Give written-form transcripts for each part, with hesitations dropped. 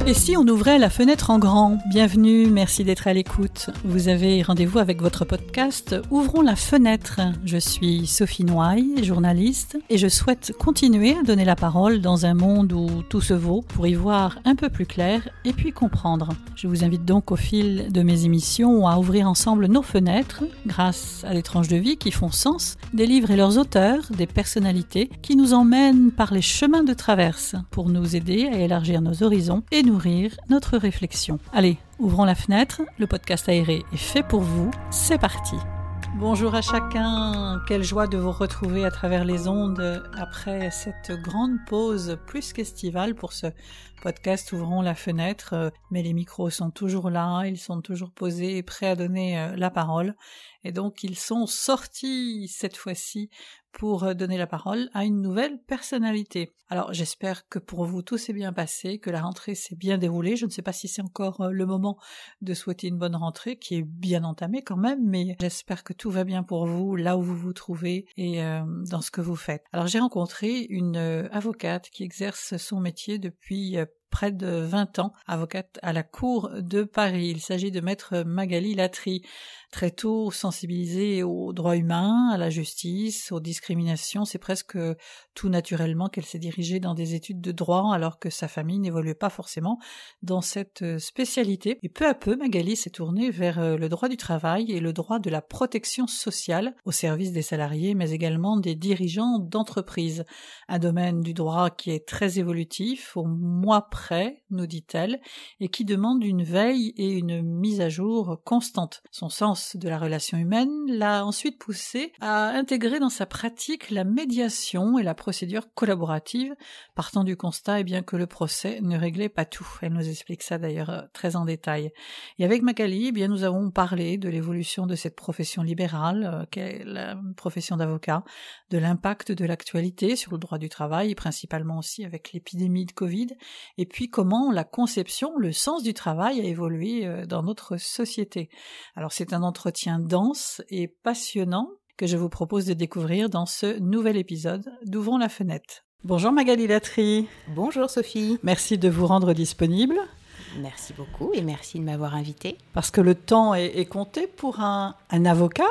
Et si on ouvrait la fenêtre en grand ? Bienvenue, merci d'être à l'écoute. Vous avez rendez-vous avec votre podcast Ouvrons la fenêtre. Je suis Sophie Noailles, journaliste, et je souhaite continuer à donner la parole dans un monde où tout se vaut pour y voir un peu plus clair et puis comprendre. Je vous invite donc au fil de mes émissions à ouvrir ensemble nos fenêtres grâce à des tranches de vie qui font sens, des livres et leurs auteurs, des personnalités qui nous emmènent par les chemins de traverse pour nous aider à élargir nos horizons et nourrir notre réflexion. Allez, ouvrons la fenêtre, le podcast aéré est fait pour vous, c'est parti. Bonjour à chacun, quelle joie de vous retrouver à travers les ondes après cette grande pause plus qu'estivale pour ce podcast Ouvrons la fenêtre, mais les micros sont toujours là, ils sont toujours posés et prêts à donner la parole, et donc ils sont sortis cette fois-ci pour donner la parole à une nouvelle personnalité. Alors j'espère que pour vous tout s'est bien passé, que la rentrée s'est bien déroulée. Je ne sais pas si c'est encore le moment de souhaiter une bonne rentrée, qui est bien entamée quand même, mais j'espère que tout va bien pour vous, là où vous vous trouvez et dans ce que vous faites. Alors j'ai rencontré une avocate qui exerce son métier depuis près de 20 ans, avocate à la Cour de Paris. Il s'agit de maître Magali Latry, très tôt sensibilisée aux droits humains, à la justice, aux discriminations. C'est presque tout naturellement qu'elle s'est dirigée dans des études de droit alors que sa famille n'évoluait pas forcément dans cette spécialité. Et peu à peu, Magali s'est tournée vers le droit du travail et le droit de la protection sociale au service des salariés, mais également des dirigeants d'entreprise. Un domaine du droit qui est très évolutif, au mois près, nous dit-elle, et qui demande une veille et une mise à jour constante. Son sens de la relation humaine l'a ensuite poussée à intégrer dans sa pratique la médiation et la procédure collaborative, partant du constat que le procès ne réglait pas tout. Elle nous explique ça d'ailleurs très en détail. Et avec Magali, nous avons parlé de l'évolution de cette profession libérale, qu'est la profession d'avocat, de l'impact de l'actualité sur le droit du travail, et principalement aussi avec l'épidémie de Covid, et puis comment la conception, le sens du travail a évolué dans notre société. Alors c'est un entretien dense et passionnant que je vous propose de découvrir dans ce nouvel épisode d'Ouvrons la fenêtre. Bonjour Magali Latry. Bonjour Sophie. Merci de vous rendre disponible. Merci beaucoup et merci de m'avoir invitée. Parce que le temps est compté pour un avocat,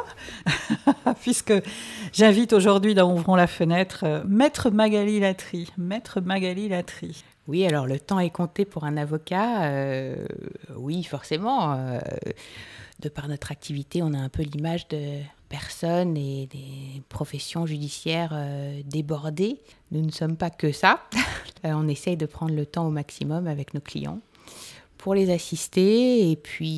puisque j'invite aujourd'hui dans Ouvrons la fenêtre Maître Magali Latry. Maître Magali Latry. Oui, alors le temps est compté pour un avocat, oui forcément. De par notre activité, on a un peu l'image de personnes et des professions judiciaires débordées. Nous ne sommes pas que ça. On essaye de prendre le temps au maximum avec nos clients pour les assister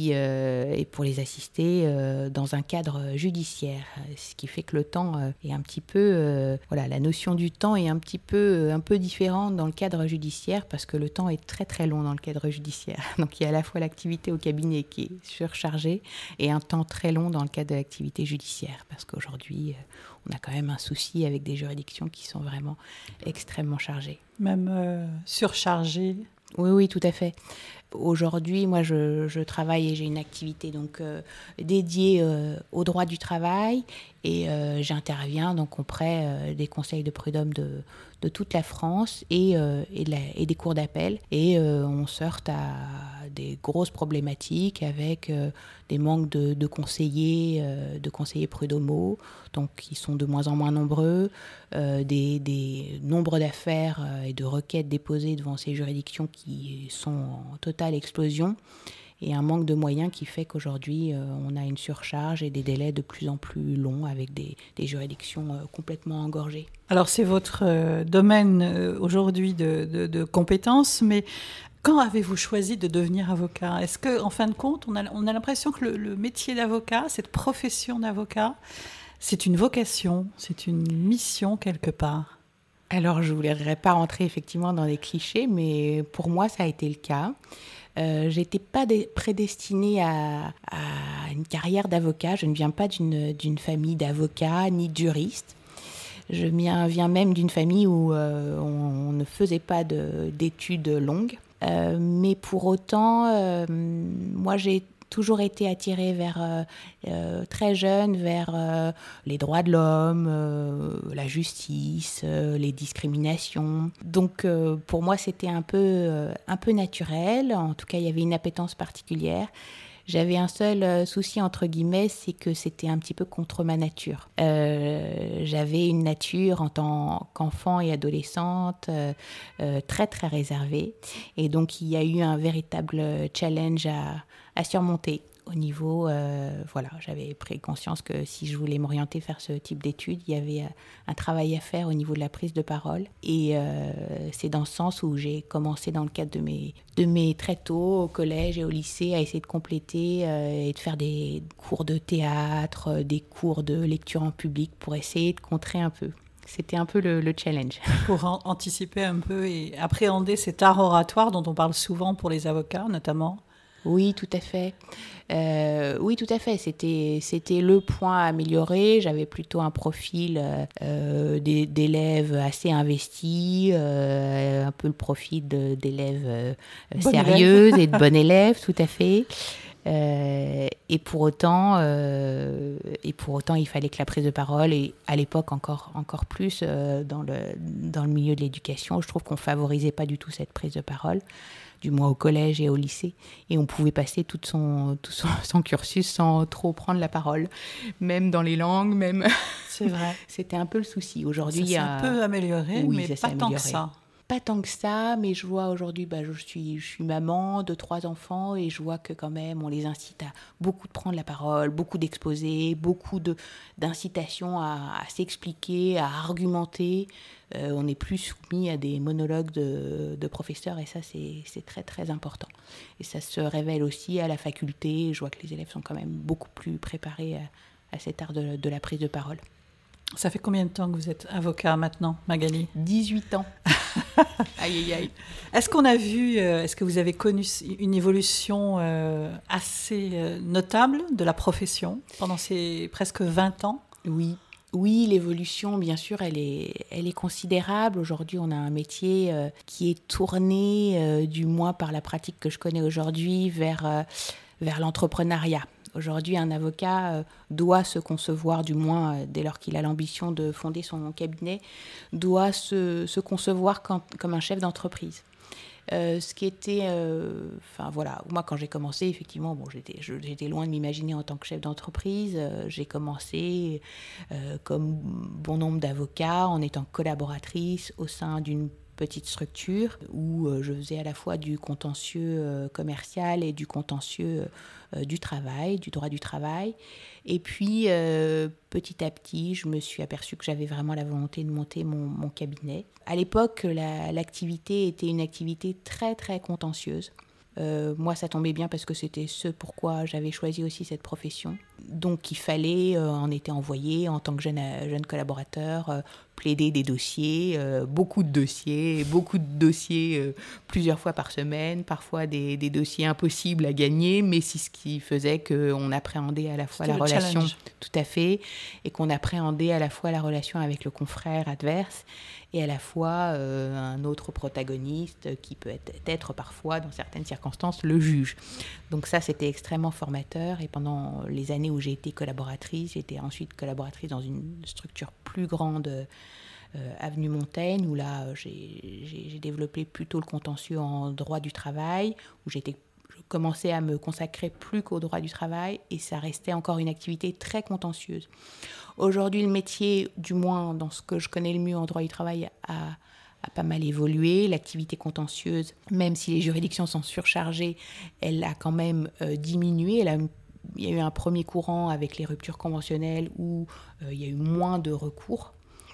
et pour les assister dans un cadre judiciaire, ce qui fait que le temps est un petit peu la notion du temps est un peu différente dans le cadre judiciaire parce que le temps est très très long dans le cadre judiciaire. Donc il y a à la fois l'activité au cabinet qui est surchargée et un temps très long dans le cadre de l'activité judiciaire parce qu'aujourd'hui on a quand même un souci avec des juridictions qui sont vraiment extrêmement chargées. Même surchargées. Oui, tout à fait. Aujourd'hui, moi, je travaille et j'ai une activité donc dédiée au droit du travail et j'interviens donc auprès des conseils de prud'homme de toute la France et des cours d'appel. Et on se heurte à des grosses problématiques avec des manques de conseillers prud'homaux, donc qui sont de moins en moins nombreux, des nombres d'affaires et de requêtes déposées devant ces juridictions qui sont en totale explosion et un manque de moyens qui fait qu'aujourd'hui on a une surcharge et des délais de plus en plus longs avec des juridictions complètement engorgées. Alors c'est votre domaine aujourd'hui de compétences, mais quand avez-vous choisi de devenir avocat ? Est-ce qu'en fin de compte, on a l'impression que le métier d'avocat, cette profession d'avocat, c'est une vocation, c'est une mission quelque part ? Alors je ne voudrais pas rentrer effectivement dans les clichés, mais pour moi ça a été le cas. Je n'étais pas prédestinée à une carrière d'avocat. Je ne viens pas d'une famille d'avocats ni de juristes. Je viens même d'une famille où on ne faisait pas d'études longues. Mais pour autant, moi j'ai toujours été attirée très jeune vers les droits de l'homme, la justice, les discriminations. Donc pour moi c'était un peu naturel, en tout cas il y avait une appétence particulière. J'avais un seul souci, entre guillemets, c'est que c'était un petit peu contre ma nature. J'avais une nature en tant qu'enfant et adolescente très, très réservée. Et donc, il y a eu un véritable challenge à surmonter. Au niveau, j'avais pris conscience que si je voulais m'orienter vers ce type d'études, il y avait un travail à faire au niveau de la prise de parole. Et c'est dans ce sens où j'ai commencé dans le cadre de mes très tôt, au collège et au lycée, à essayer de compléter et de faire des cours de théâtre, des cours de lecture en public pour essayer de contrer un peu. C'était un peu le challenge. Pour anticiper un peu et appréhender cet art oratoire dont on parle souvent pour les avocats, notamment. Oui, tout à fait. C'était le point à améliorer. J'avais plutôt un profil d'élèves assez investis, un peu le profil d'élèves sérieuses et de bon élève, tout à fait. Et pour autant, il fallait que la prise de parole, et à l'époque encore plus dans le milieu de l'éducation, je trouve qu'on favorisait pas du tout cette prise de parole, du moins au collège et au lycée, et on pouvait passer tout son cursus sans trop prendre la parole, même dans les langues, même. C'est vrai. C'était un peu le souci. Aujourd'hui, ça s'est un peu amélioré, oui, mais pas tant que ça. Pas tant que ça, mais je vois aujourd'hui, je suis maman de 3 enfants et je vois que quand même on les incite à beaucoup de prendre la parole, beaucoup d'exposer, beaucoup d'incitation à s'expliquer, à argumenter. On n'est plus soumis à des monologues de professeurs et ça c'est très très important. Et ça se révèle aussi à la faculté. Je vois que les élèves sont quand même beaucoup plus préparés à cet art de la prise de parole. Ça fait combien de temps que vous êtes avocat maintenant, Magali ? 18 ans. Aïe, aïe, aïe. Est-ce que vous avez connu une évolution assez notable de la profession pendant ces presque 20 ans ? Oui, l'évolution, bien sûr, elle est considérable. Aujourd'hui, on a un métier qui est tourné, du moins par la pratique que je connais aujourd'hui, vers l'entrepreneuriat. Aujourd'hui, un avocat doit se concevoir, du moins dès lors qu'il a l'ambition de fonder son cabinet, doit se concevoir comme un chef d'entreprise. Ce qui était... moi, quand j'ai commencé, effectivement, j'étais loin de m'imaginer en tant que chef d'entreprise. J'ai commencé, comme bon nombre d'avocats, en étant collaboratrice au sein d'une petite structure où je faisais à la fois du contentieux commercial et du contentieux du travail, du droit du travail. Et puis, petit à petit, je me suis aperçue que j'avais vraiment la volonté de monter mon cabinet. À l'époque, l'activité était une activité très, très contentieuse. Moi, ça tombait bien parce que c'était ce pourquoi j'avais choisi aussi cette profession. Donc, il fallait, on était envoyé en tant que jeune collaborateur, plaider des dossiers, beaucoup de dossiers plusieurs fois par semaine, parfois des dossiers impossibles à gagner, mais c'est ce qui faisait qu'on appréhendait à la fois la relation, tout à fait, et qu'on appréhendait à la fois la relation avec le confrère adverse et à la fois un autre protagoniste qui peut être parfois, dans certaines circonstances, le juge. Donc ça, c'était extrêmement formateur. Et pendant les années où j'ai été collaboratrice, j'étais ensuite collaboratrice dans une structure plus grande, Avenue Montaigne, où là, j'ai développé plutôt le contentieux en droit du travail, où je commençais à me consacrer plus qu'au droit du travail, et ça restait encore une activité très contentieuse. Aujourd'hui, le métier, du moins dans ce que je connais le mieux en droit du travail, a pas mal évolué. L'activité contentieuse, même si les juridictions sont surchargées, elle a quand même diminué. Il y a eu un premier courant avec les ruptures conventionnelles où il y a eu moins de recours.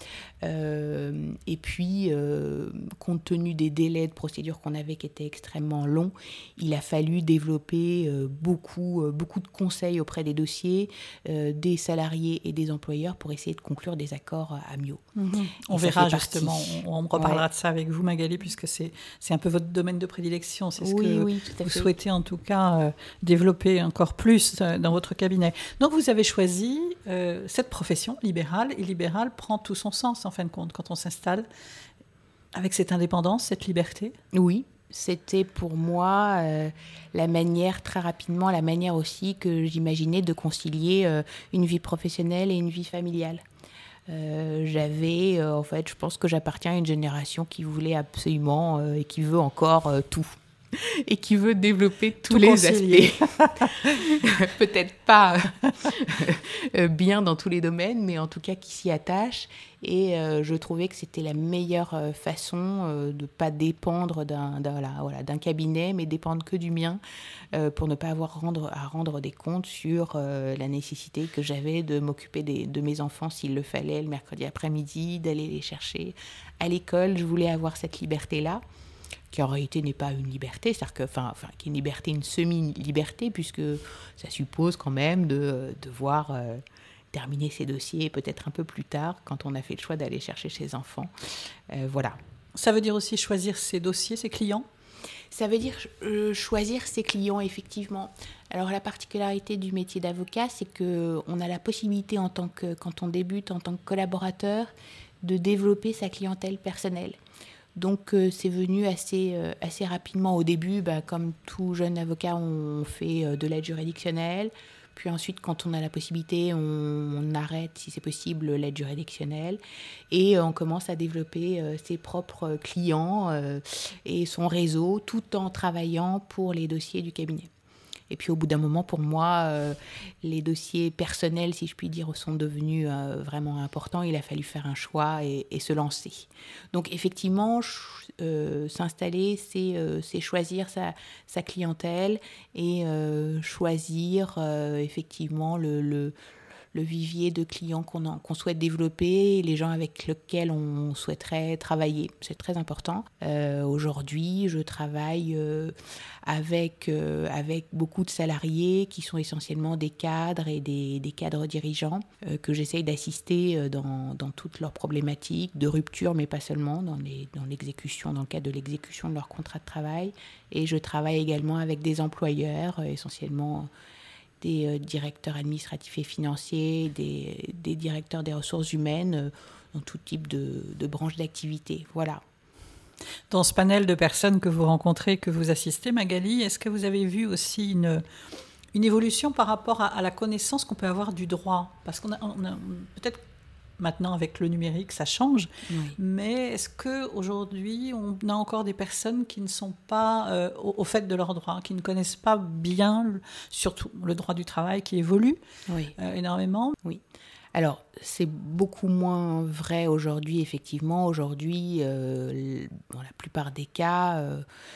Et puis, compte tenu des délais de procédure qu'on avait qui étaient extrêmement longs, il a fallu développer beaucoup de conseils auprès des dossiers, des salariés et des employeurs pour essayer de conclure des accords amiaux. On verra justement, on reparlera de ça avec vous, Magali, puisque c'est un peu votre domaine de prédilection, c'est ce que vous souhaitez en tout cas développer encore plus dans votre cabinet. Donc vous avez choisi cette profession libérale, et libérale prend tout son sens en fin de compte quand on s'installe avec cette indépendance, cette liberté. Oui, c'était pour moi la manière aussi que j'imaginais de concilier une vie professionnelle et une vie familiale. En fait, je pense que j'appartiens à une génération qui voulait absolument et qui veut encore tout. Et qui veut développer tous les concilier. Aspects. Peut-être pas bien dans tous les domaines, mais en tout cas qui s'y attache. Et je trouvais que c'était la meilleure façon de ne pas dépendre d'un cabinet, mais dépendre que du mien, pour ne pas avoir à rendre des comptes sur la nécessité que j'avais de m'occuper de mes enfants s'il le fallait le mercredi après-midi, d'aller les chercher à l'école. Je voulais avoir cette liberté-là, qui en réalité n'est pas une liberté, c'est-à-dire qui est une liberté, une semi-liberté, puisque ça suppose quand même de devoir terminer ses dossiers peut-être un peu plus tard, quand on a fait le choix d'aller chercher ses enfants. Voilà. Ça veut dire aussi choisir ses dossiers, ses clients ? Ça veut dire choisir ses clients, effectivement. Alors, la particularité du métier d'avocat, c'est qu'on a la possibilité, quand on débute en tant que collaborateur, de développer sa clientèle personnelle. Donc, c'est venu assez rapidement. Au début, comme tout jeune avocat, on fait de l'aide juridictionnelle. Puis ensuite, quand on a la possibilité, on arrête, si c'est possible, l'aide juridictionnelle. Et on commence à développer ses propres clients et son réseau, tout en travaillant pour les dossiers du cabinet. Et puis au bout d'un moment, pour moi, les dossiers personnels, si je puis dire, sont devenus vraiment importants. Il a fallu faire un choix et se lancer. Donc effectivement, s'installer, c'est choisir sa clientèle et choisir effectivement le vivier de clients qu'on souhaite développer, les gens avec lesquels on souhaiterait travailler. C'est très important. Aujourd'hui, je travaille avec beaucoup de salariés qui sont essentiellement des cadres et des cadres dirigeants que j'essaye d'assister dans toutes leurs problématiques de rupture, mais pas seulement, dans le cadre de l'exécution de leur contrat de travail. Et je travaille également avec des employeurs, essentiellement des directeurs administratifs et financiers, des directeurs des ressources humaines, dans tout type de branches d'activité. Voilà. Dans ce panel de personnes que vous rencontrez, que vous assistez, Magali, est-ce que vous avez vu aussi une évolution par rapport à la connaissance qu'on peut avoir du droit ? Parce qu'on a peut-être maintenant avec le numérique, ça change, oui. Mais est-ce qu'aujourd'hui, on a encore des personnes qui ne sont pas au fait de leurs droits, qui ne connaissent pas bien, surtout le droit du travail qui évolue énormément ? Oui. Alors, c'est beaucoup moins vrai aujourd'hui, effectivement. Aujourd'hui, dans la plupart des cas,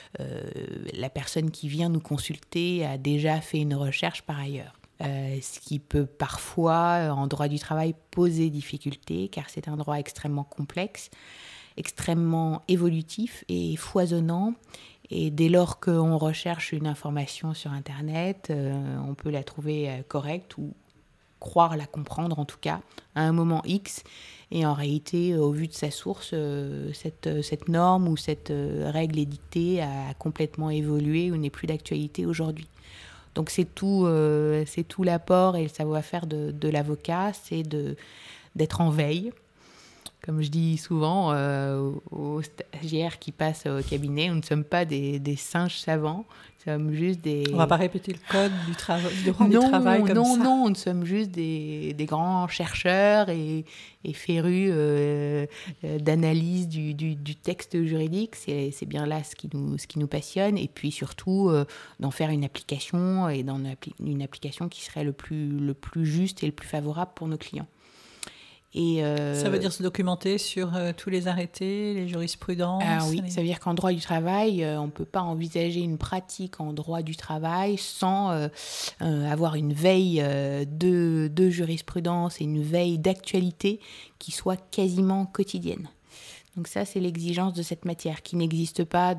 la personne qui vient nous consulter a déjà fait une recherche par ailleurs. Ce qui peut parfois, en droit du travail, poser difficulté, car c'est un droit extrêmement complexe, extrêmement évolutif et foisonnant. Et dès lors qu'on recherche une information sur Internet, on peut la trouver correcte ou croire la comprendre, en tout cas, à un moment X. Et en réalité, au vu de sa source, cette norme ou cette règle édictée a complètement évolué ou n'est plus d'actualité aujourd'hui. Donc c'est tout l'apport et le savoir-faire de l'avocat, c'est d'être en veille. Comme je dis souvent aux stagiaires qui passent au cabinet, nous ne sommes pas des singes savants, nous sommes juste des... On ne va pas répéter le code du droit du travail comme ça. Non, nous sommes juste des grands chercheurs et férus d'analyse du texte juridique. C'est bien là ce qui nous passionne. Et puis surtout, d'en faire une application et une application qui serait le plus juste et le plus favorable pour nos clients. Et ça veut dire se documenter sur tous les arrêtés, les jurisprudences. Ah oui, ça veut dire qu'en droit du travail, on ne peut pas envisager une pratique en droit du travail sans avoir une veille de jurisprudence et une veille d'actualité qui soit quasiment quotidienne. Donc ça, c'est l'exigence de cette matière qui n'existe pas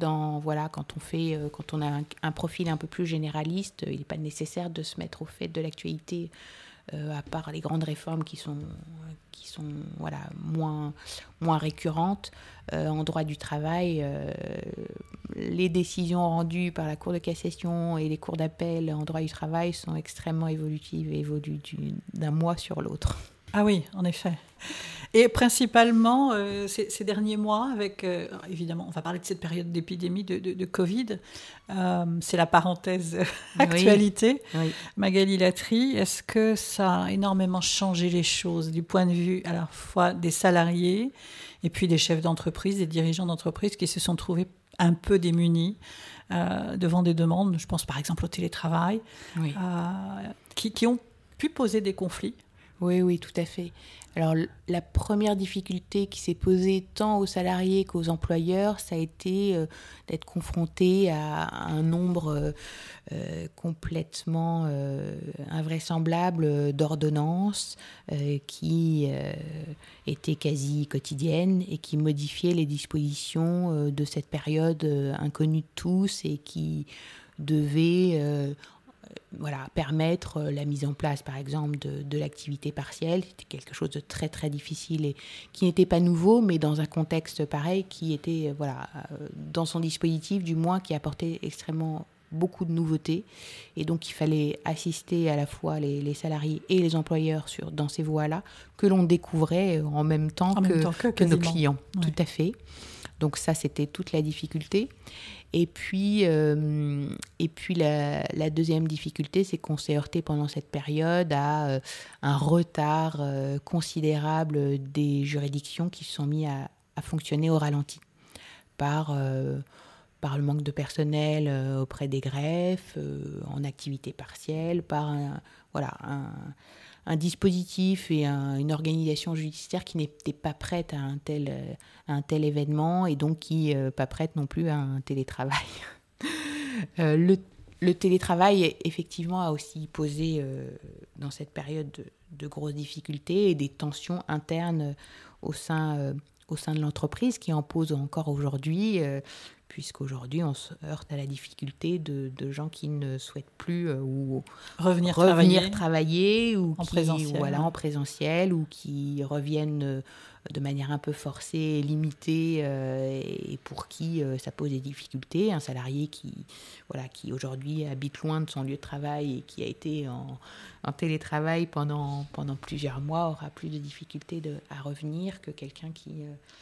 quand on a un profil un peu plus généraliste. Il n'est pas nécessaire de se mettre au fait de l'actualité. À part les grandes réformes qui sont moins récurrentes, en droit du travail, les décisions rendues par la Cour de cassation et les cours d'appel en droit du travail sont extrêmement évolutives et évoluent d'un mois sur l'autre. Ah oui, en effet. Et principalement, ces derniers mois, avec, évidemment, on va parler de cette période d'épidémie de Covid, c'est la parenthèse actualité. Oui. Magali Latry, est-ce que ça a énormément changé les choses du point de vue à la fois des salariés et puis des chefs d'entreprise, des dirigeants d'entreprise qui se sont trouvés un peu démunis devant des demandes, je pense par exemple au télétravail, Oui. Qui ont pu poser des conflits? Oui, tout à fait. Alors, la première difficulté qui s'est posée tant aux salariés qu'aux employeurs, ça a été d'être confronté à un nombre complètement invraisemblable d'ordonnances qui étaient quasi quotidiennes et qui modifiaient les dispositions de cette période inconnue de tous et qui devaient permettre la mise en place, par exemple, de l'activité partielle. C'était quelque chose de très, très difficile et qui n'était pas nouveau, mais dans un contexte pareil, qui était, dans son dispositif, du moins, qui apportait extrêmement beaucoup de nouveautés. Et donc, il fallait assister à la fois les salariés et les employeurs dans ces voies-là, que l'on découvrait en même temps que nos clients. Ouais. Tout à fait. Donc ça, c'était toute la difficulté. Et puis la deuxième difficulté, c'est qu'on s'est heurté pendant cette période à un retard considérable des juridictions qui se sont mis à fonctionner au ralenti par le manque de personnel auprès des greffes, en activité partielle, par un dispositif et une organisation judiciaire qui n'était pas prête à un tel événement et donc qui n'est pas prête non plus à un télétravail. Le télétravail, effectivement, a aussi posé dans cette période de grosses difficultés et des tensions internes au sein de l'entreprise qui en posent encore aujourd'hui, puisqu'aujourd'hui on se heurte à la difficulté de gens qui ne souhaitent plus ou revenir travailler ou en présentiel ou qui reviennent de manière un peu forcée et limitée et pour qui ça pose des difficultés. Un salarié qui aujourd'hui habite loin de son lieu de travail et qui a été en télétravail pendant plusieurs mois aura plus de difficultés à revenir que quelqu'un qui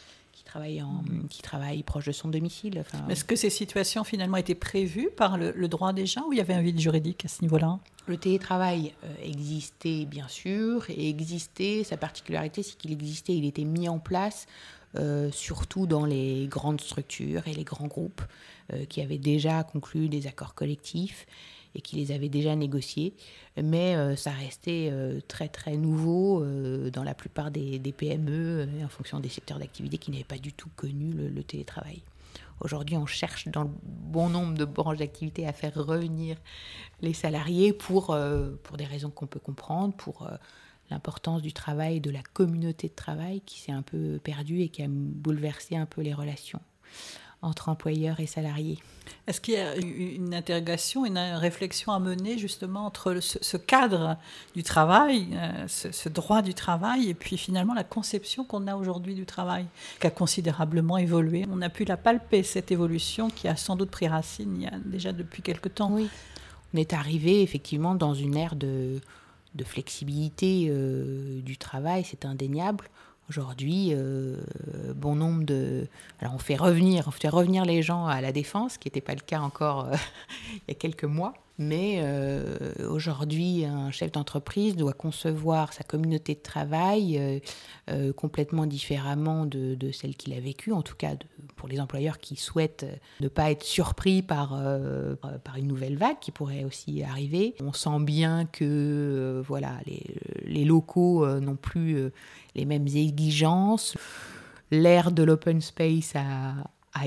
travaille proche de son domicile. Est-ce que ces situations finalement étaient prévues par le droit déjà ou il y avait un vide juridique à ce niveau-là ? Le télétravail existait bien sûr et sa particularité c'est qu'il existait, il était mis en place surtout dans les grandes structures et les grands groupes qui avaient déjà conclu des accords collectifs et qui les avaient déjà négociés, mais ça restait très très nouveau dans la plupart des PME en fonction des secteurs d'activité qui n'avaient pas du tout connu le télétravail. Aujourd'hui, on cherche dans le bon nombre de branches d'activité à faire revenir les salariés pour des raisons qu'on peut comprendre, pour l'importance du travail, de la communauté de travail qui s'est un peu perdue et qui a bouleversé un peu les relations entre employeurs et salariés. Est-ce qu'il y a une interrogation, une réflexion à mener justement entre ce cadre du travail, ce droit du travail et puis finalement la conception qu'on a aujourd'hui du travail, qui a considérablement évolué. On a pu la palper, cette évolution qui a sans doute pris racine il y a déjà depuis quelque temps. Oui, on est arrivé effectivement dans une ère de flexibilité du travail, c'est indéniable. Aujourd'hui, bon nombre Alors, on fait revenir les gens à la Défense, ce qui n'était pas le cas encore il y a quelques mois. Mais aujourd'hui, un chef d'entreprise doit concevoir sa communauté de travail complètement différemment de celle qu'il a vécue, en tout cas pour les employeurs qui souhaitent ne pas être surpris par une nouvelle vague qui pourrait aussi arriver. On sent bien que les locaux n'ont plus les mêmes exigences. L'ère de l'open space a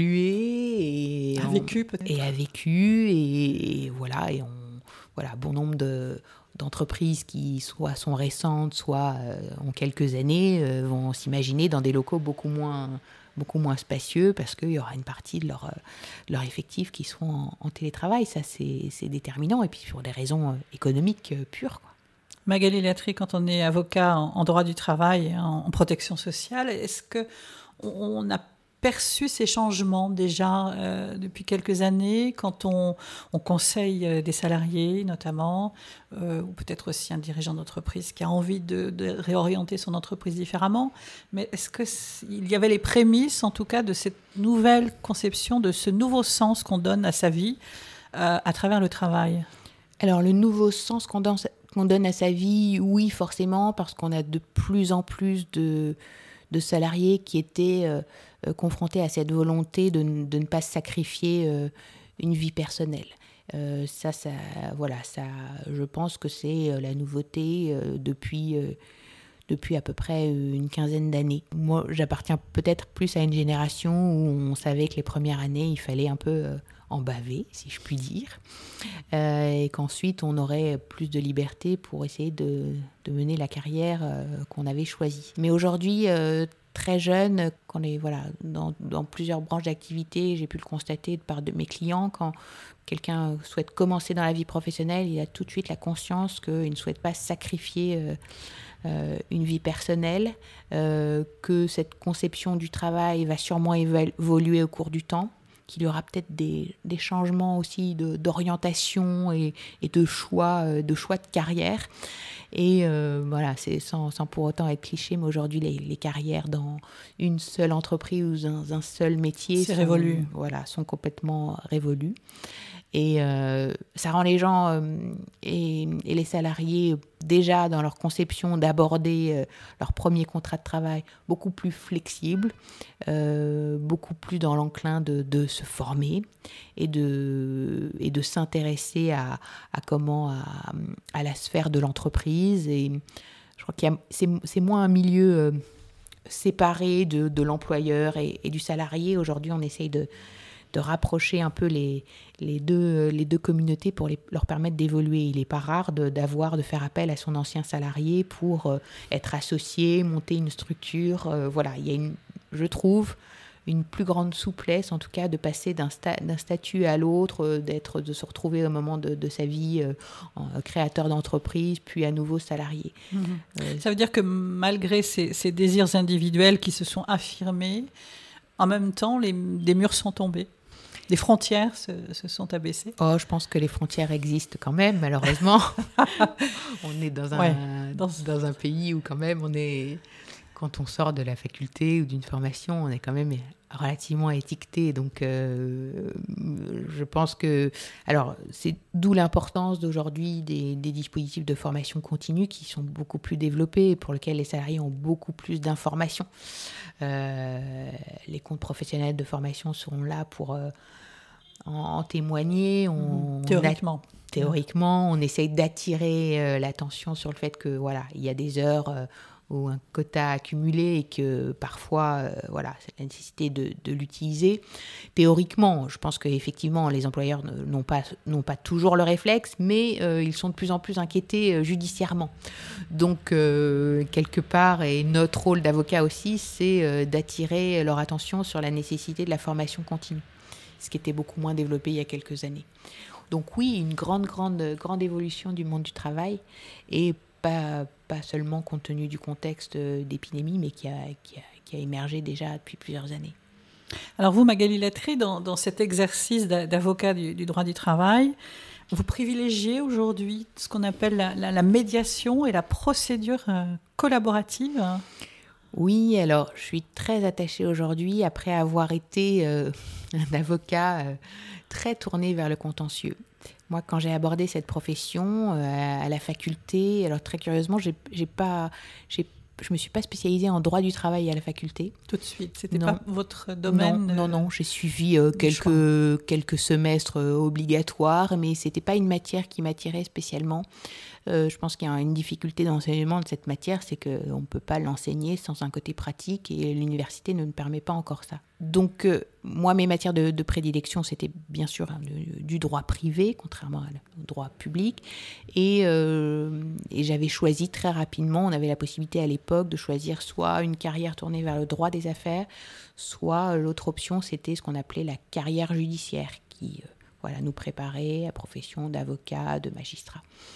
évolué a vécu peut-être. Et bon nombre d'entreprises qui soit sont récentes, soit ont quelques années, vont s'imaginer dans des locaux beaucoup moins spacieux parce qu'il y aura une partie de leur effectif qui seront en télétravail. Ça, c'est déterminant. Et puis pour des raisons économiques pures, quoi. Magali Latry, quand on est avocat en droit du travail, en protection sociale, est-ce qu'on a perçu ces changements déjà depuis quelques années quand on conseille des salariés notamment, ou peut-être aussi un dirigeant d'entreprise qui a envie de réorienter son entreprise différemment. Mais est-ce qu'il y avait les prémices en tout cas de cette nouvelle conception, de ce nouveau sens qu'on donne à sa vie à travers le travail ? Alors le nouveau sens qu'on donne à sa vie, oui forcément, parce qu'on a de plus en plus de salariés qui étaient confrontés à cette volonté de ne pas sacrifier une vie personnelle. Ça, je pense que c'est la nouveauté depuis à peu près une quinzaine d'années. Moi, j'appartiens peut-être plus à une génération où on savait que les premières années, il fallait un peu en baver, si je puis dire, et qu'ensuite, on aurait plus de liberté pour essayer de mener la carrière qu'on avait choisie. Mais aujourd'hui, très jeune, dans plusieurs branches d'activité, j'ai pu le constater de part de mes clients, quand quelqu'un souhaite commencer dans la vie professionnelle, il a tout de suite la conscience qu'il ne souhaite pas sacrifier une vie personnelle, que cette conception du travail va sûrement évoluer au cours du temps, qu'il y aura peut-être des changements aussi d'orientation et de choix de carrière. Et c'est sans pour autant être cliché, mais aujourd'hui les carrières dans une seule entreprise ou dans un seul métier sont complètement révolues. Et ça rend les gens et les salariés, déjà dans leur conception d'aborder leur premier contrat de travail, beaucoup plus flexibles, beaucoup plus dans l'enclin de se former et de s'intéresser à la sphère de l'entreprise. Et je crois c'est moins un milieu séparé de l'employeur et du salarié. Aujourd'hui, on essaye de rapprocher un peu les deux communautés pour leur permettre d'évoluer. Il n'est pas rare de faire appel à son ancien salarié pour être associé, monter une structure. Il y a je trouve, une plus grande souplesse, en tout cas, de passer d'un statut à l'autre, de se retrouver au moment de sa vie créateur d'entreprise, puis à nouveau salarié. Ça veut dire que malgré ces désirs individuels qui se sont affirmés, en même temps, des murs sont tombés. Les frontières se sont abaissées. Oh, je pense que les frontières existent quand même, malheureusement. On est dans un pays où quand même quand on sort de la faculté ou d'une formation, on est quand même relativement étiqueté. Donc, je pense que... Alors, c'est d'où l'importance d'aujourd'hui des dispositifs de formation continue qui sont beaucoup plus développés et pour lesquels les salariés ont beaucoup plus d'informations. Les comptes professionnels de formation seront là pour en témoigner. Théoriquement, on essaye d'attirer l'attention sur le fait que il y a des heures ou un quota accumulé et que parfois, c'est la nécessité de l'utiliser. Théoriquement, je pense qu'effectivement, les employeurs n'ont pas toujours le réflexe, mais ils sont de plus en plus inquiétés judiciairement. Donc, quelque part, et notre rôle d'avocat aussi, c'est d'attirer leur attention sur la nécessité de la formation continue, ce qui était beaucoup moins développé il y a quelques années. Donc oui, une grande évolution du monde du travail, et pas seulement compte tenu du contexte d'épidémie, mais qui a émergé déjà depuis plusieurs années. Alors vous, Magali Lattré, dans cet exercice d'avocat du droit du travail, vous privilégiez aujourd'hui ce qu'on appelle la médiation et la procédure collaborative. Oui, alors je suis très attachée aujourd'hui, après avoir été un avocat très tourné vers le contentieux. Moi, quand j'ai abordé cette profession à la faculté, alors très curieusement, je me suis pas spécialisée en droit du travail à la faculté. Tout de suite, c'était pas votre domaine. Non, j'ai suivi quelques semestres obligatoires, mais c'était pas une matière qui m'attirait spécialement. Je pense qu'il y a une difficulté d'enseignement de cette matière, c'est qu'on ne peut pas l'enseigner sans un côté pratique et l'université ne me permet pas encore ça. Donc, moi, mes matières de prédilection, c'était bien sûr du droit privé, contrairement au droit public. Et j'avais choisi très rapidement, on avait la possibilité à l'époque de choisir soit une carrière tournée vers le droit des affaires, soit l'autre option, c'était ce qu'on appelait la carrière judiciaire, qui nous préparait à la profession d'avocat, de magistrat.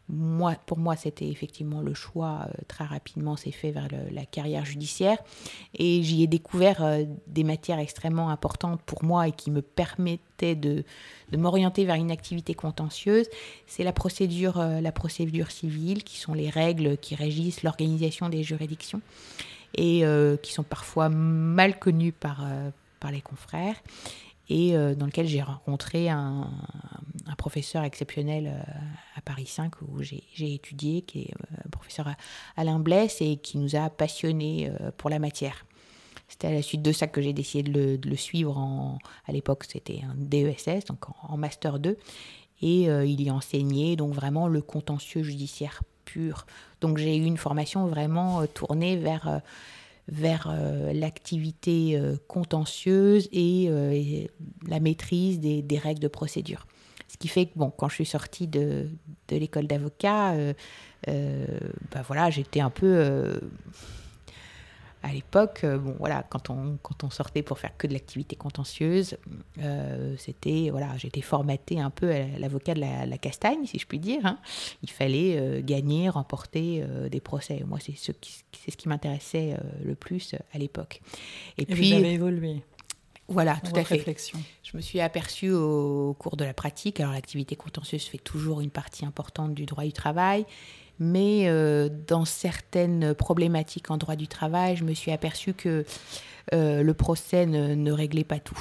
pour moi, c'était effectivement le choix. Très rapidement, c'est fait vers la carrière judiciaire. Et j'y ai découvert des matières extrêmement importantes pour moi et qui me permettaient de m'orienter vers une activité contentieuse. C'est la procédure civile, qui sont les règles qui régissent l'organisation des juridictions et qui sont parfois mal connues par les confrères. Et dans lequel j'ai rencontré un professeur exceptionnel à Paris 5 où j'ai étudié, qui est professeur Alain Blesse, et qui nous a passionnés pour la matière. C'était à la suite de ça que j'ai décidé de le suivre. À l'époque, c'était un DESS, donc en Master 2. Et il y enseignait donc vraiment le contentieux judiciaire pur. Donc j'ai eu une formation vraiment tournée vers l'activité contentieuse et la maîtrise des règles de procédure. Ce qui fait que quand je suis sortie de l'école d'avocat, j'étais un peu... à l'époque, quand on sortait pour faire que de l'activité contentieuse, j'étais formatée un peu à l'avocat de la castagne, si je puis dire. Hein. Il fallait gagner, remporter des procès. Moi, c'est ce qui m'intéressait le plus à l'époque. Et puis, vous avez évolué. Voilà, tout à fait. Réflexion. Je me suis aperçue au cours de la pratique. Alors, l'activité contentieuse fait toujours une partie importante du droit du travail. Mais dans certaines problématiques en droit du travail, je me suis aperçue que le procès ne réglait pas tout.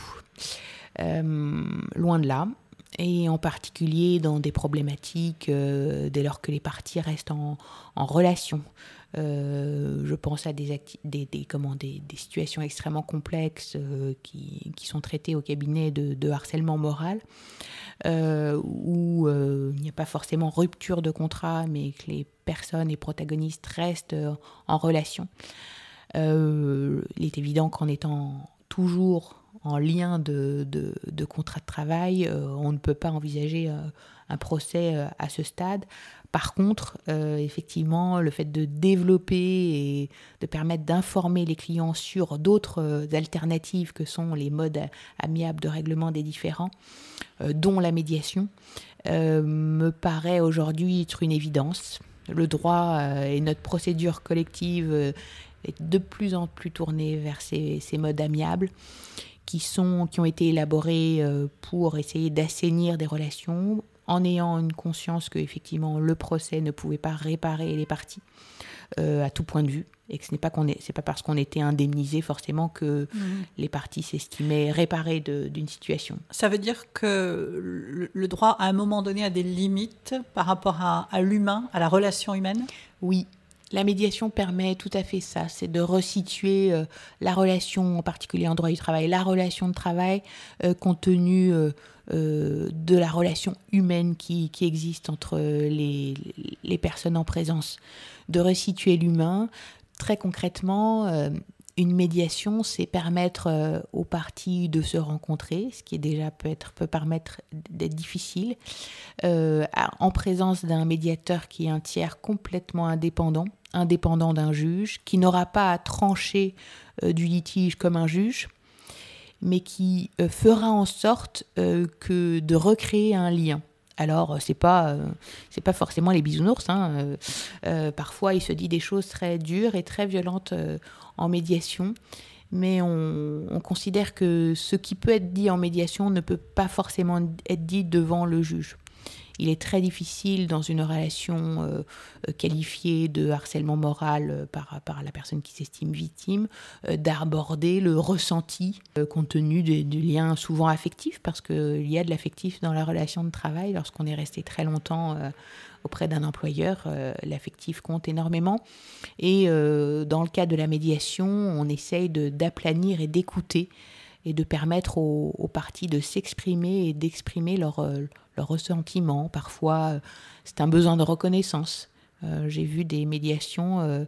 Loin de là. Et en particulier dans des problématiques dès lors que les parties restent en relation. Je pense à des situations extrêmement complexes qui sont traitées au cabinet de harcèlement moral, où il n'y a pas forcément rupture de contrat, mais que les personnes et protagonistes restent en relation. Il est évident qu'en étant toujours en lien de contrat de travail, on ne peut pas envisager un procès à ce stade. Par contre, effectivement, le fait de développer et de permettre d'informer les clients sur d'autres alternatives que sont les modes amiables de règlement des différends, dont la médiation, me paraît aujourd'hui être une évidence. Le droit et notre procédure collective est de plus en plus tournée vers ces modes amiables qui ont été élaborés pour essayer d'assainir des relations, en ayant une conscience que effectivement le procès ne pouvait pas réparer les parties à tout point de vue, et que c'est pas parce qu'on était indemnisé forcément que les parties s'estimaient réparées d'une situation. Ça veut dire que le droit à un moment donné a des limites par rapport à l'humain, à la relation humaine ? Oui. La médiation permet tout à fait ça, c'est de resituer la relation, en particulier en droit du travail, la relation de travail compte tenu de la relation humaine qui existe entre les personnes en présence. De resituer l'humain, très concrètement, une médiation, c'est permettre aux parties de se rencontrer, ce qui est déjà peut permettre d'être difficile, en présence d'un médiateur qui est un tiers complètement indépendant d'un juge, qui n'aura pas à trancher du litige comme un juge, mais qui fera en sorte que de recréer un lien. Alors, c'est pas forcément les bisounours. Hein. Parfois, il se dit des choses très dures et très violentes en médiation, mais on considère que ce qui peut être dit en médiation ne peut pas forcément être dit devant le juge. Il est très difficile dans une relation qualifiée de harcèlement moral par la personne qui s'estime victime d'aborder le ressenti compte tenu du lien souvent affectif, parce qu'il y a de l'affectif dans la relation de travail. Lorsqu'on est resté très longtemps auprès d'un employeur, l'affectif compte énormément. Et dans le cas de la médiation, on essaye d'aplanir et d'écouter et de permettre aux parties de s'exprimer et d'exprimer leur ressentiment. Parfois, c'est un besoin de reconnaissance. J'ai vu des médiations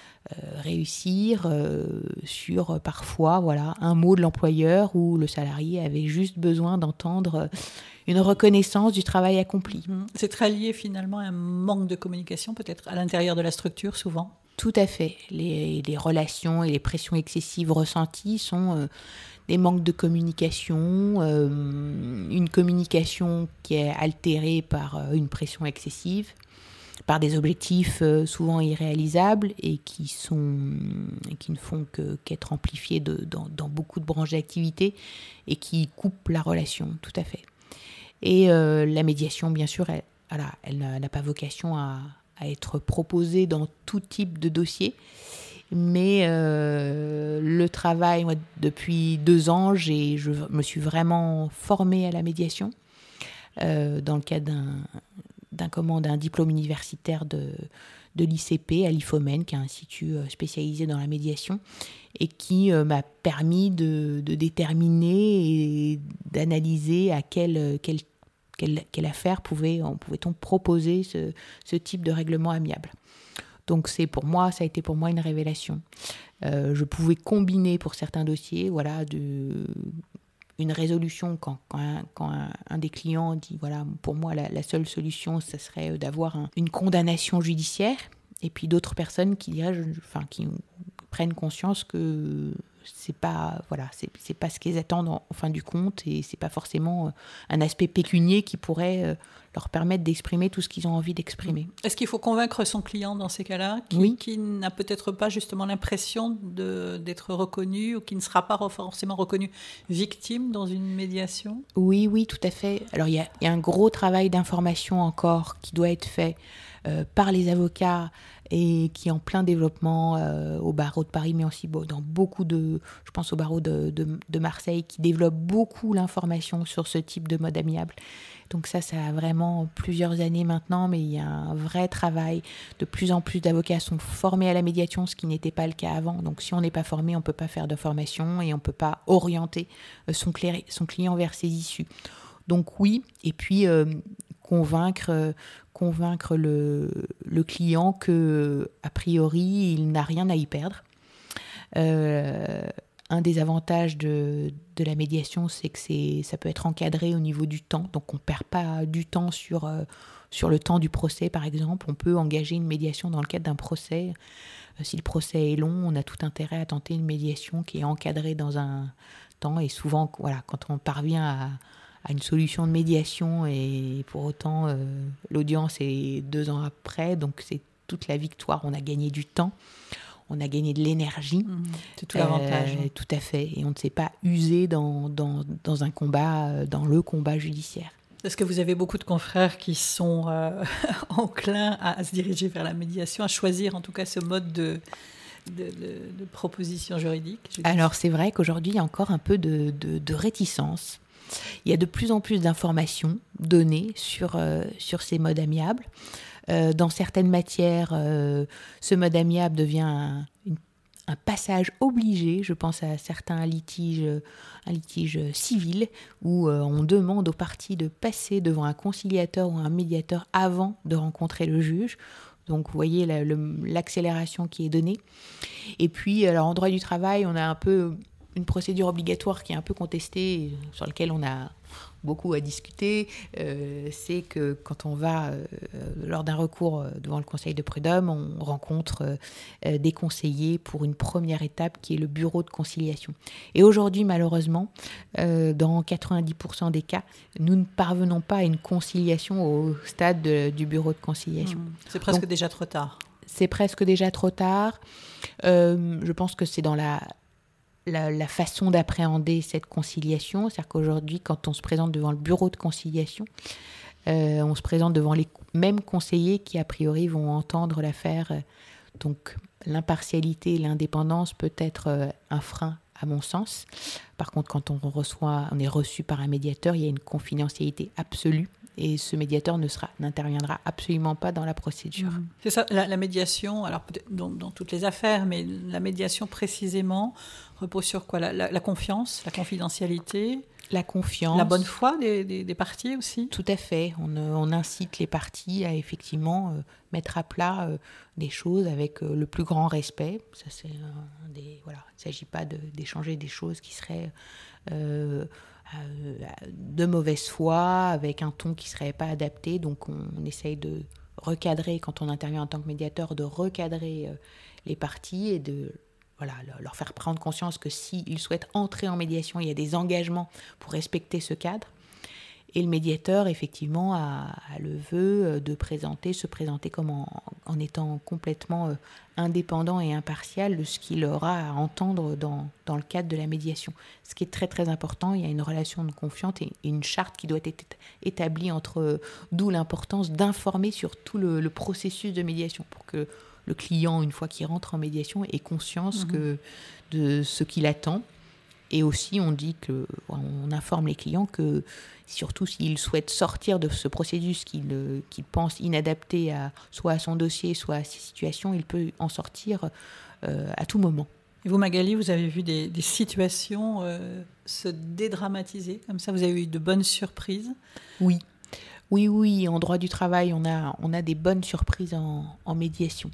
réussir sur parfois un mot de l'employeur où le salarié avait juste besoin d'entendre une reconnaissance du travail accompli. C'est très lié finalement à un manque de communication, peut-être à l'intérieur de la structure souvent. Tout à fait. Les relations et les pressions excessives ressenties sont des manques de communication, une communication qui est altérée par une pression excessive, par des objectifs souvent irréalisables et qui ne font qu'être amplifiés dans beaucoup de branches d'activité et qui coupent la relation, tout à fait. Et la médiation, bien sûr, elle n'a pas vocation à être proposée dans tout type de dossier. Mais le travail, moi, depuis 2 ans, je me suis vraiment formée à la médiation dans le cadre d'un diplôme universitaire de l'ICP à l'IFOMEN, qui est un institut spécialisé dans la médiation, et qui m'a permis de déterminer et d'analyser à quelle affaire pouvait-on proposer ce type de règlement amiable. Donc ça a été pour moi une révélation. Je pouvais combiner pour certains dossiers, une résolution quand un des clients dit voilà, pour moi la seule solution, ça serait d'avoir une condamnation judiciaire, et puis d'autres personnes qui prennent conscience que c'est pas ce qu'ils attendent en fin du compte, et c'est pas forcément un aspect pécunier qui pourrait leur permettre d'exprimer tout ce qu'ils ont envie d'exprimer. Est-ce qu'il faut convaincre son client dans ces cas-là, qui n'a peut-être pas justement l'impression d'être reconnu, ou qui ne sera pas forcément reconnu victime dans une médiation ? Oui, tout à fait. Alors il y a un gros travail d'information encore qui doit être fait par les avocats, et qui est en plein développement au barreau de Paris, mais aussi dans beaucoup je pense au barreau de Marseille, qui développe beaucoup l'information sur ce type de mode amiable. Donc ça a vraiment plusieurs années maintenant, mais il y a un vrai travail. De plus en plus d'avocats sont formés à la médiation, ce qui n'était pas le cas avant. Donc si on n'est pas formé, on ne peut pas faire de formation, et on ne peut pas orienter son client vers ses issues. Donc oui, et puis convaincre le client que, a priori, il n'a rien à y perdre. Un des avantages de la médiation, c'est que ça peut être encadré au niveau du temps. Donc on ne perd pas du temps sur le temps du procès, par exemple. On peut engager une médiation dans le cadre d'un procès. Si le procès est long, on a tout intérêt à tenter une médiation qui est encadrée dans un temps. Et souvent, quand on parvient à une solution de médiation, et pour autant l'audience est 2 ans après, donc c'est toute la victoire. On a gagné du temps, on a gagné de l'énergie. C'est tout l'avantage. Tout à fait, et on ne s'est pas usé dans un combat, dans le combat judiciaire. Est-ce que vous avez beaucoup de confrères qui sont enclins à se diriger vers la médiation, à choisir en tout cas ce mode de proposition juridique ? Alors c'est vrai qu'aujourd'hui il y a encore un peu de réticence. Il y a de plus en plus d'informations données sur ces modes amiables. Dans certaines matières, ce mode amiable devient un passage obligé. Je pense à certains litiges, un litige civil, où on demande aux parties de passer devant un conciliateur ou un médiateur avant de rencontrer le juge. Donc vous voyez l'accélération qui est donnée. Et puis, alors, en droit du travail, on a un peu une procédure obligatoire qui est un peu contestée, sur laquelle on a beaucoup à discuter. C'est que quand on va, lors d'un recours devant le conseil de prud'homme, on rencontre des conseillers pour une première étape qui est le bureau de conciliation. Et aujourd'hui, malheureusement, dans 90% des cas, nous ne parvenons pas à une conciliation au stade du bureau de conciliation. C'est presque déjà trop tard. C'est presque déjà trop tard. Je pense que c'est dans la façon d'appréhender cette conciliation. C'est-à-dire qu'aujourd'hui, quand on se présente devant le bureau de conciliation, on se présente devant les mêmes conseillers qui, a priori, vont entendre l'affaire. Donc, l'impartialité et l'indépendance peut être un frein, à mon sens. Par contre, quand on est reçu par un médiateur, il y a une confidentialité absolue. Et ce médiateur n'interviendra absolument pas dans la procédure. C'est ça, la médiation, alors peut-être dans toutes les affaires, mais la médiation précisément repose sur quoi ? La confiance, la confidentialité, la confiance, la bonne foi des parties aussi. Tout à fait. On incite les parties à effectivement mettre à plat des choses avec le plus grand respect. Ça, c'est il ne s'agit pas d'échanger des choses qui seraient de mauvaise foi, avec un ton qui ne serait pas adapté. Donc on essaye de recadrer, quand on intervient en tant que médiateur, de recadrer les parties et de leur faire prendre conscience que s'ils souhaitent entrer en médiation, il y a des engagements pour respecter ce cadre. Et le médiateur, effectivement, a le vœu de se présenter comme en étant complètement indépendant et impartial de ce qu'il aura à entendre dans le cadre de la médiation. Ce qui est très très important, il y a une relation de confiance et une charte qui doit être établie d'où l'importance d'informer sur tout le processus de médiation pour que le client, une fois qu'il rentre en médiation, ait conscience de ce qu'il attend. Et aussi, on informe les clients que, surtout s'ils souhaitent sortir de ce processus qu'ils pensent inadapté soit à son dossier, soit à ses situations, il peut en sortir à tout moment. Et vous, Magali, vous avez vu des situations se dédramatiser comme ça? Vous avez eu de bonnes surprises? Oui. Oui, en droit du travail, on a des bonnes surprises en médiation.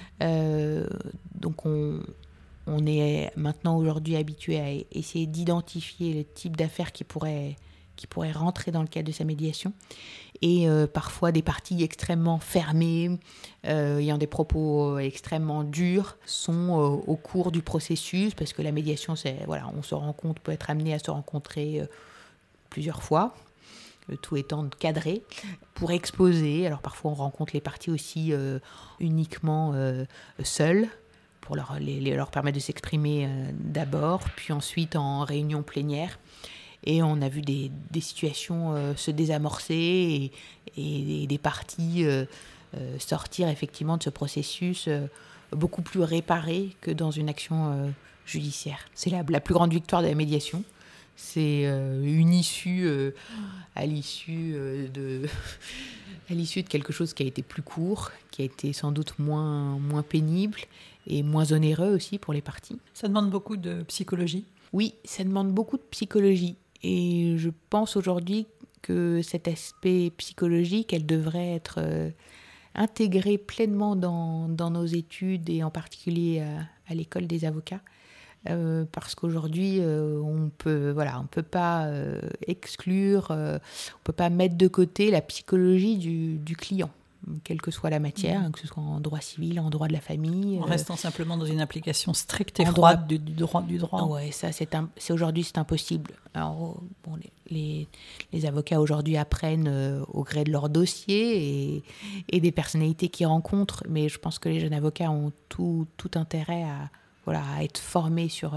Donc, on est maintenant aujourd'hui habitué à essayer d'identifier le type d'affaires qui pourrait rentrer dans le cadre de sa médiation. Et parfois des parties extrêmement fermées, ayant des propos extrêmement durs, sont au cours du processus, parce que la médiation, on peut être amené à se rencontrer plusieurs fois, le tout étant cadré, pour exposer. Alors parfois on rencontre les parties aussi uniquement seules, pour leur permettre de s'exprimer d'abord, puis ensuite en réunion plénière. Et on a vu des situations se désamorcer et des parties sortir effectivement de ce processus beaucoup plus réparées que dans une action judiciaire. C'est la plus grande victoire de la médiation. C'est une issue à l'issue de quelque chose qui a été plus court, qui a été sans doute moins pénible et moins onéreux aussi pour les parties. Ça demande beaucoup de psychologie? Oui, ça demande beaucoup de psychologie. Et je pense aujourd'hui que cet aspect psychologique, elle devrait être intégrée pleinement dans nos études et en particulier à l'école des avocats. Parce qu'aujourd'hui, on peut pas exclure, on peut pas mettre de côté la psychologie du client, quelle que soit la matière, que ce soit en droit civil, en droit de la famille. En restant simplement dans une application stricte et froide du droit. Ouais, ça aujourd'hui c'est impossible. Alors, les avocats aujourd'hui apprennent au gré de leur dossier et des personnalités qu'ils rencontrent, mais je pense que les jeunes avocats ont tout intérêt à être formés sur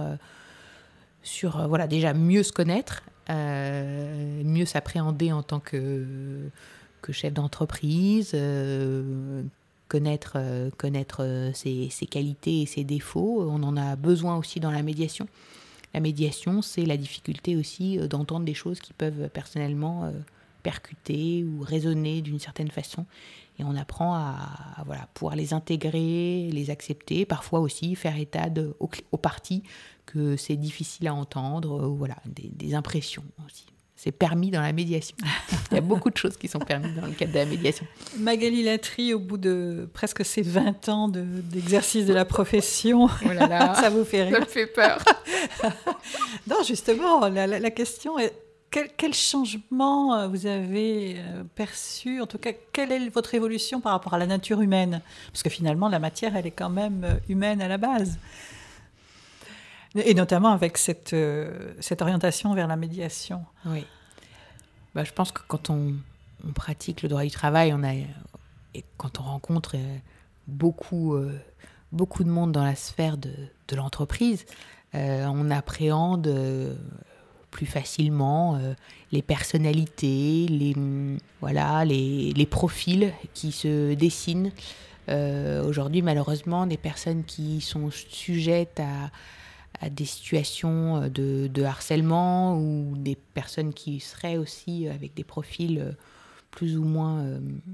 déjà mieux se connaître, mieux s'appréhender en tant que chef d'entreprise, connaître ses qualités et ses défauts. On en a besoin aussi dans la médiation. La médiation, c'est la difficulté aussi d'entendre des choses qui peuvent personnellement percuter ou résonner d'une certaine façon. Et on apprend à pouvoir les intégrer, les accepter, parfois aussi faire état aux parties que c'est difficile à entendre, des impressions aussi. C'est permis dans la médiation. Il y a beaucoup de choses qui sont permises dans le cadre de la médiation. Magali Latry, au bout de presque ces 20 ans d'exercice de la profession, oh là là, ça vous fait rire? Ça me fait peur. Non, justement, la question est quel changement vous avez perçu? En tout cas, quelle est votre évolution par rapport à la nature humaine? Parce que finalement, la matière, elle est quand même humaine à la base. Et notamment avec cette orientation vers la médiation. Oui. Je pense que quand on pratique le droit du travail, et quand on rencontre beaucoup de monde dans la sphère de l'entreprise, on appréhende plus facilement les personnalités, les profils qui se dessinent. Aujourd'hui, malheureusement, des personnes qui sont sujettes à des situations de harcèlement ou des personnes qui seraient aussi avec des profils plus ou moins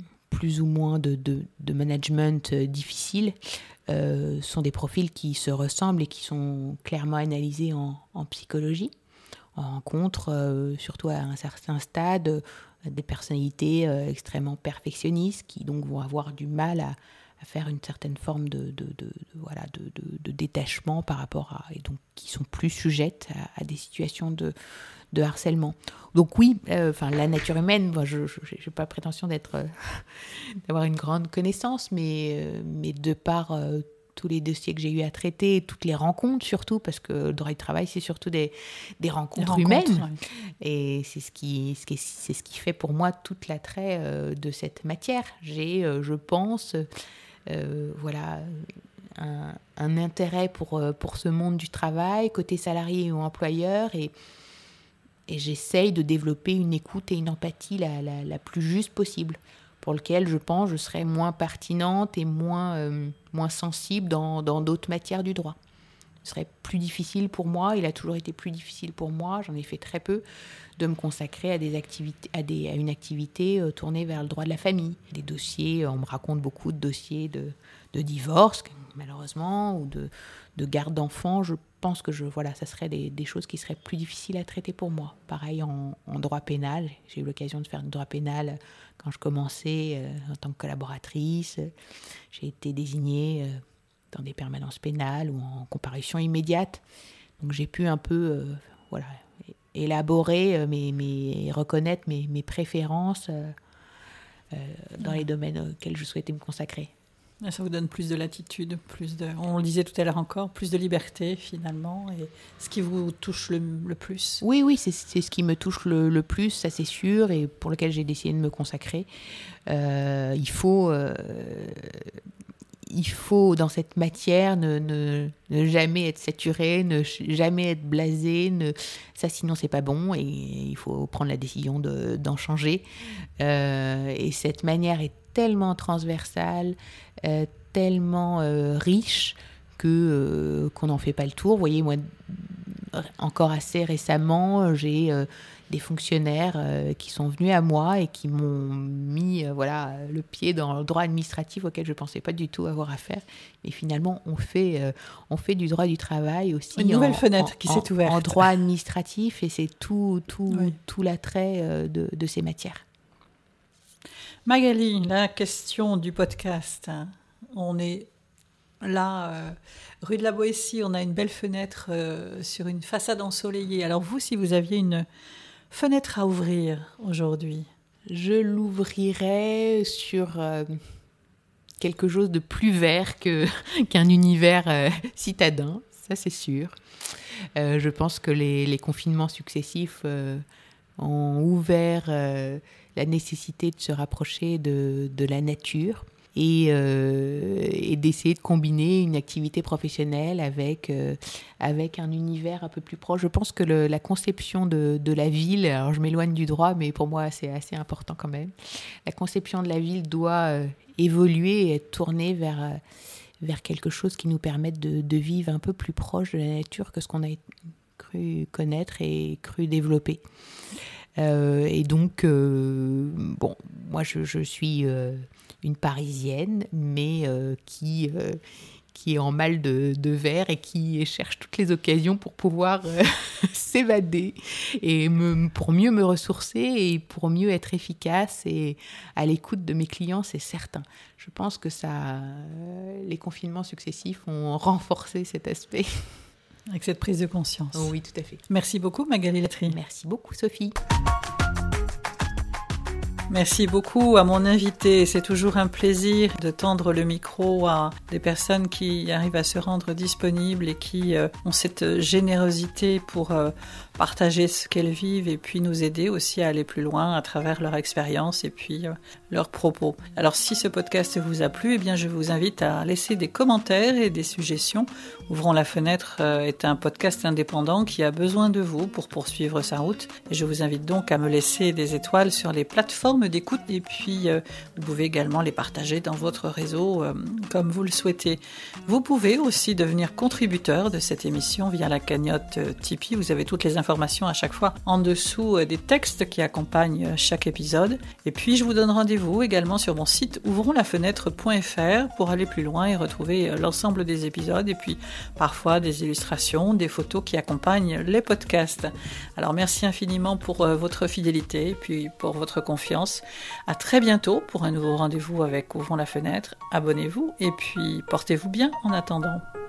de management difficiles sont des profils qui se ressemblent et qui sont clairement analysés en psychologie. On rencontre, surtout à un certain stade, des personnalités extrêmement perfectionnistes qui donc vont avoir du mal à faire une certaine forme de détachement par rapport et donc qui sont plus sujettes à des situations de harcèlement. Donc oui, la nature humaine, moi je n'ai pas prétention d'avoir une grande connaissance, mais de par tous les dossiers que j'ai eu à traiter, toutes les rencontres surtout, parce que le droit du travail, c'est surtout des rencontres humaines. Ouais. Et c'est ce qui fait pour moi tout l'attrait de cette matière. J'ai, je pense, un intérêt pour ce monde du travail, côté salarié ou employeur, et j'essaye de développer une écoute et une empathie la plus juste possible, pour lequel je pense je serais moins pertinente et moins sensible dans d'autres matières du droit. Ce serait plus difficile pour moi, il a toujours été plus difficile pour moi, j'en ai fait très peu, de me consacrer à une activité tournée vers le droit de la famille. Des dossiers, on me raconte beaucoup de dossiers de divorce, malheureusement, ou de garde d'enfants. Je pense que ça serait des choses qui seraient plus difficiles à traiter pour moi. Pareil en droit pénal, j'ai eu l'occasion de faire du droit pénal quand je commençais en tant que collaboratrice. J'ai été désignée dans des permanences pénales ou en comparution immédiate. Donc j'ai pu un peu élaborer reconnaître mes préférences dans les domaines auxquels je souhaitais me consacrer. Ça vous donne plus de latitude, on le disait tout à l'heure encore, plus de liberté finalement, et ce qui vous touche le plus. Oui, c'est ce qui me touche le plus, ça c'est sûr, et pour lequel j'ai décidé de me consacrer. Il faut dans cette matière ne jamais être saturé, ne jamais être blasé, ça sinon c'est pas bon, et il faut prendre la décision d'en changer. Et cette manière est tellement transversale, tellement riche qu'on n'en fait pas le tour. Vous voyez, moi, encore assez récemment, j'ai des fonctionnaires qui sont venus à moi et qui m'ont mis le pied dans le droit administratif auquel je ne pensais pas du tout avoir affaire. Et finalement, on fait du droit du travail aussi. Une nouvelle fenêtre qui s'est ouverte. En droit administratif, et c'est tout l'attrait de ces matières. Magali, la question du podcast. On est là, rue de la Boétie, on a une belle fenêtre sur une façade ensoleillée. Alors vous, si vous aviez une fenêtre à ouvrir aujourd'hui? Je l'ouvrirais sur quelque chose de plus vert qu'un univers citadin, ça c'est sûr. Je pense que les confinements successifs ont ouvert la nécessité de se rapprocher de la nature et d'essayer de combiner une activité professionnelle avec un univers un peu plus proche. Je pense que la conception de la ville, alors je m'éloigne du droit, mais pour moi c'est assez important quand même, la conception de la ville doit évoluer et être tournée vers quelque chose qui nous permette de vivre un peu plus proche de la nature que ce qu'on a cru connaître et cru développer. Et donc, moi je suis une Parisienne, mais qui est en mal de verre et qui cherche toutes les occasions pour pouvoir s'évader et pour mieux me ressourcer et pour mieux être efficace et à l'écoute de mes clients, c'est certain. Je pense que les confinements successifs ont renforcé cet aspect. Avec cette prise de conscience. Oh oui, tout à fait. Merci beaucoup, Magali Latry. Merci beaucoup, Sophie. Merci beaucoup à mon invité. C'est toujours un plaisir de tendre le micro à des personnes qui arrivent à se rendre disponibles et qui ont cette générosité pour partager ce qu'elles vivent et puis nous aider aussi à aller plus loin à travers leur expérience et puis leurs propos. Alors si ce podcast vous a plu, eh bien je vous invite à laisser des commentaires et des suggestions. Ouvrons la fenêtre est un podcast indépendant qui a besoin de vous pour poursuivre sa route. Et je vous invite donc à me laisser des étoiles sur les plateformes d'écoute et puis vous pouvez également les partager dans votre réseau comme vous le souhaitez. Vous pouvez aussi devenir contributeur de cette émission via la cagnotte Tipeee. Vous avez toutes les informations à chaque fois en dessous des textes qui accompagnent chaque épisode. Et puis je vous donne rendez-vous également sur mon site ouvronslafenêtre.fr pour aller plus loin et retrouver l'ensemble des épisodes et puis parfois des illustrations, des photos qui accompagnent les podcasts. Alors merci infiniment pour votre fidélité et puis pour votre confiance. À très bientôt pour un nouveau rendez-vous avec Ouvrons la fenêtre. Abonnez-vous et puis portez-vous bien en attendant.